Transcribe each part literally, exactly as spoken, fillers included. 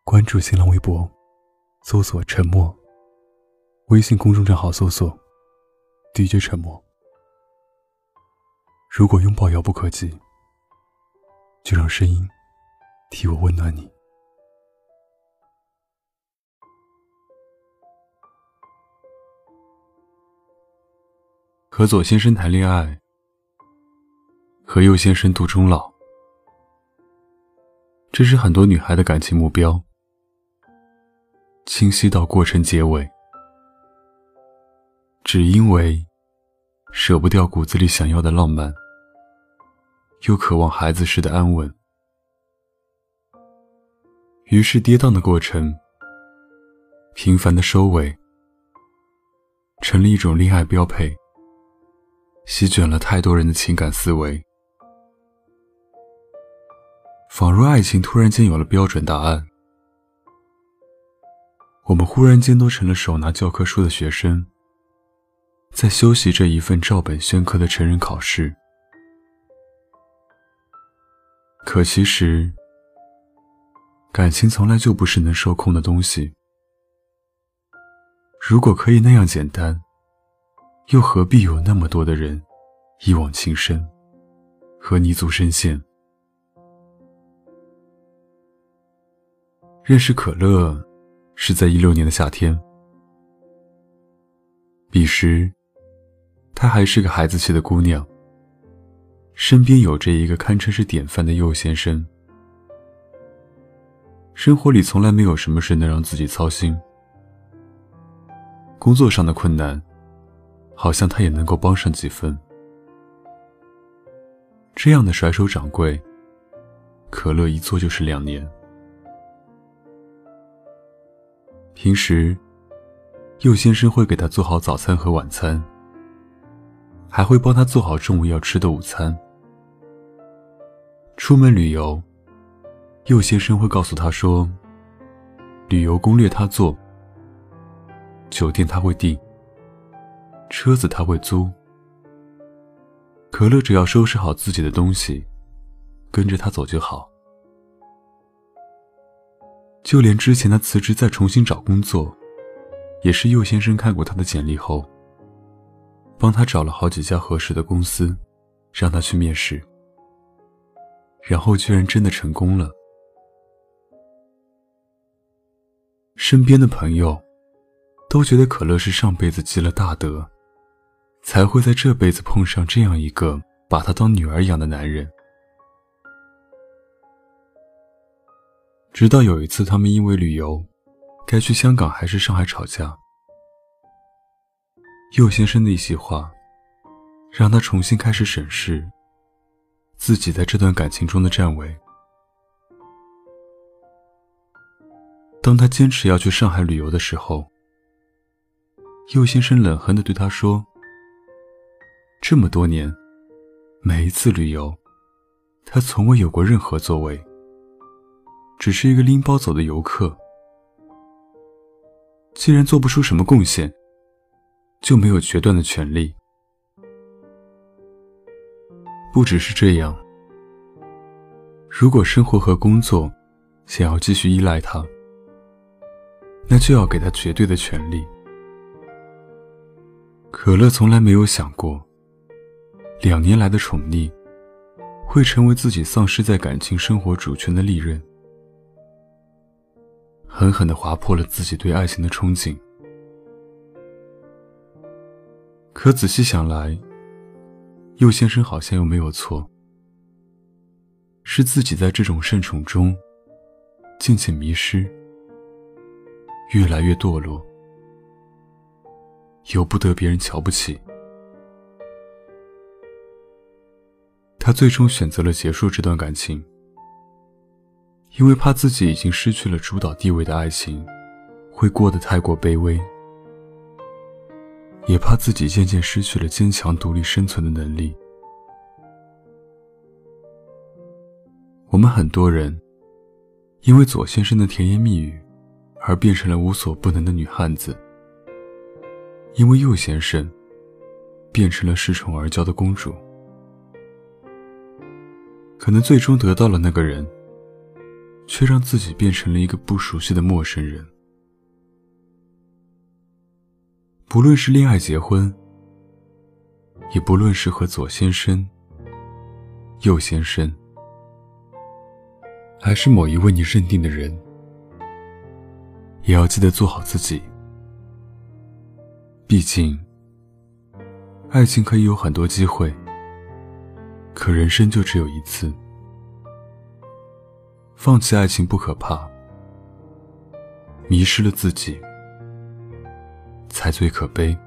关注新浪微博，搜索沉默，微信公众账号搜索 D J 沉默。如果拥抱遥不可及，就让声音替我温暖你。和左先生谈恋爱，和右先生度终老，这是很多女孩的感情目标，清晰到过程结尾，只因为舍不掉骨子里想要的浪漫，又渴望孩子时的安稳，于是跌宕的过程，平凡的收尾，成了一种恋爱标配，席卷了太多人的情感思维，仿若爱情突然间有了标准答案，我们忽然间都成了手拿教科书的学生，在修习这一份照本宣科的成人考试。可其实，感情从来就不是能受控的东西。如果可以那样简单，又何必有那么多的人一往情深，和泥足深陷？认识可乐是在一六年的夏天，彼时她还是个孩子气的姑娘，身边有着一个堪称是典范的右先生，生活里从来没有什么事能让自己操心，工作上的困难好像他也能够帮上几分。这样的甩手掌柜，可乐一做就是两年。平时右先生会给他做好早餐和晚餐，还会帮他做好中午要吃的午餐。出门旅游，右先生会告诉他说，旅游攻略他做，酒店他会订，车子他会租，可乐只要收拾好自己的东西，跟着他走就好。就连之前他辞职再重新找工作，也是右先生看过他的简历后，帮他找了好几家合适的公司，让他去面试，然后居然真的成功了。身边的朋友都觉得可乐是上辈子积了大德，才会在这辈子碰上这样一个把她当女儿养的男人。直到有一次他们因为旅游该去香港还是上海吵架，右先生的一席话让他重新开始审视自己在这段感情中的站位。当他坚持要去上海旅游的时候，右先生冷狠地对他说，这么多年，每一次旅游，他从未有过任何作为，只是一个拎包走的游客。既然做不出什么贡献，就没有决断的权利。不只是这样，如果生活和工作想要继续依赖他，那就要给他绝对的权利。可乐从来没有想过，两年来的宠溺会成为自己丧失在感情生活主权的利刃，狠狠地划破了自己对爱情的憧憬。可仔细想来，右先生好像又没有错，是自己在这种盛宠中渐渐迷失，越来越堕落，由不得别人瞧不起。他最终选择了结束这段感情，因为怕自己已经失去了主导地位的爱情会过得太过卑微，也怕自己渐渐失去了坚强独立生存的能力。我们很多人因为左先生的甜言蜜语而变成了无所不能的女汉子，因为右先生变成了恃宠而骄的公主。可能最终得到了那个人， 却让自己变成了一个不熟悉的陌生人。不论是恋爱结婚，也不论是和左先生、右先生，还是某一位你认定的人，也要记得做好自己。毕竟，爱情可以有很多机会，可人生就只有一次。放弃爱情不可怕，迷失了自己才最可悲。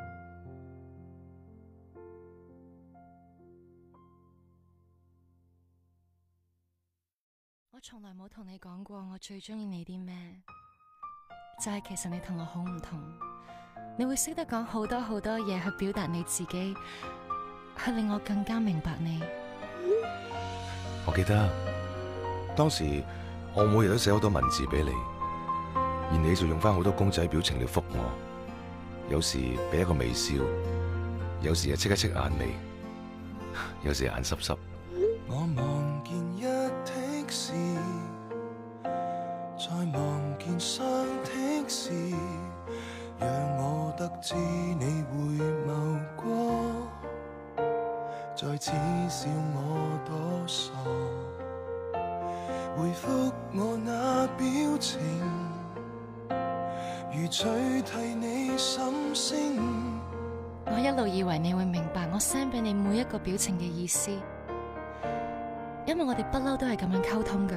我從來冇同你講過我最中意你啲咩，就係其實你同我好唔同，你會識得講好多好多嘢去表達你自己，去令我更加明白你。 我記得當時我每日都寫好多文字俾你，而你就用翻好多公仔表情嚟覆我，有時俾一個微笑，有時就即刻戚眼眉，有時眼濕濕。 我望見一剔時，再望見雙剔時，讓我得知你回眸過，再次笑我多傻，回覆我那表情，如取替你心聲。 我一路以為你會明白我 send 俾你每一個表情嘅意思，因為我哋不嬲都係咁樣溝通㗎。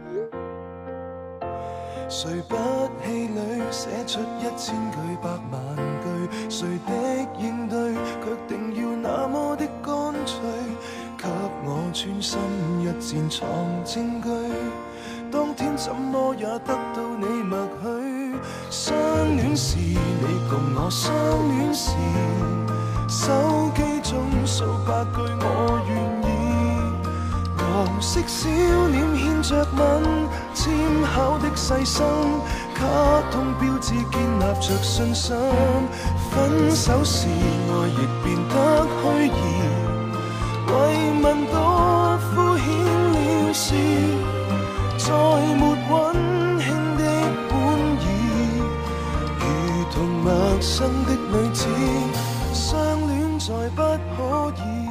誰不氣餒寫出一千句百萬句，誰的應對卻定要那麼的乾脆，給我穿心一箭藏證據，當天怎麼也得到你默許。相戀時你共我相戀時，手機中數百句我願意，黃色小臉牽着吻，簽考的細心，卡通標誌建立着信心。分手時愛亦變得虛擬，慰問多敷衍了事，再沒溫馨的本意，如同陌生的女子，相戀再不可以。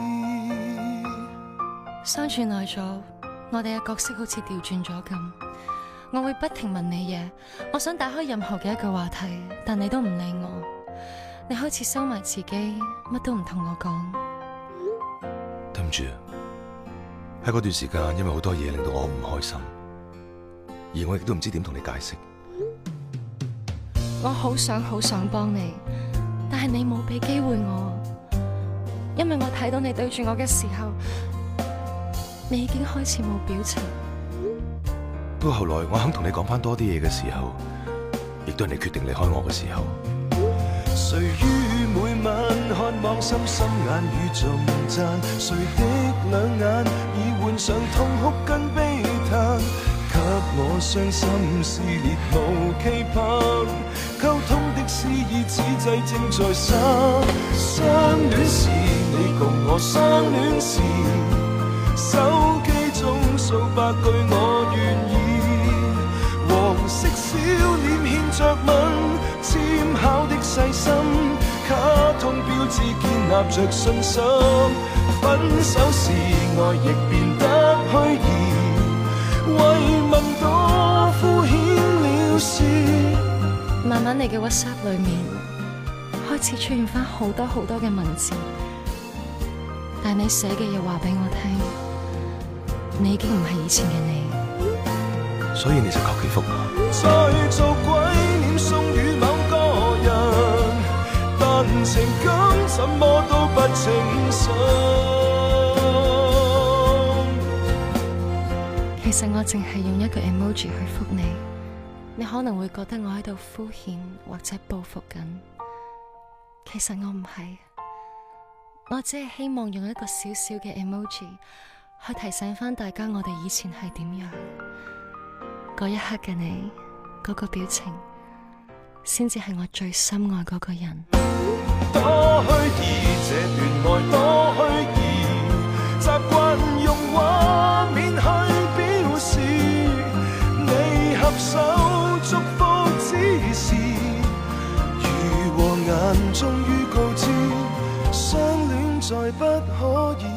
相處耐咗，我哋嘅角色好似調轉咗咁。我會不停問你嘢，我想打開任何嘅一句話題，但你都唔理我。你開始收埋自己，乜都唔同我講。 對唔住，喺嗰段時間，因為好多嘢令到我好唔開心，而我亦都唔知點同你解釋。 我好想好想幫你，但係你冇俾機會我，因為我睇到你對住我嘅時候，你已經開始冇表情。 到後來我肯同你講翻多啲嘢嘅時候，亦都係你決定離開我嘅時候。 誰於每晚渴望心心眼與頌讚，誰的兩眼已換上痛哭跟悲嘆，給我傷心撕裂無期盼，溝通的詩意此際正在生。相戀時你共我相戀時，手機中數百句我願意，黃色小臉牽着吻，簽考的細心，卡通標誌建立着信心。分手時愛亦變得虛擬，慰問多敷衍了事。 慢慢你嘅 WhatsApp 裏面開始出現翻好多好多嘅文字，但你寫嘅嘢話俾我聽，你已經唔係以前嘅你。 所以你就求其覆我。 再做鬼臉送予某個人，但情感怎麼都不稱心。 其實我淨係用一個 emoji 去覆你，你可能會覺得我喺度敷衍或者報復緊，其實我唔係，我只係希望用一個小小嘅 emoji 去提醒翻大家我哋以前係點樣。嗰一刻嘅你，嗰個表情，先至係我最深愛嗰個人。 多虛擬，這段愛多虛擬，習慣用畫面去表示， 手祝福只是，如和眼終於告知，相戀再不可以。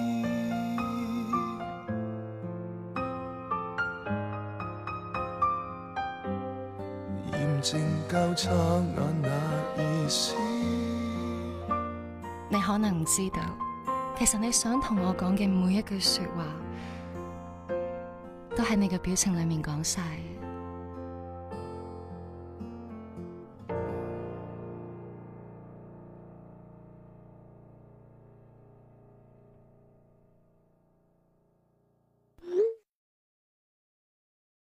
驗證交叉眼那意思， 你可能唔知道，其實你想同我講嘅每一句說話，都喺你嘅表情裏面講晒。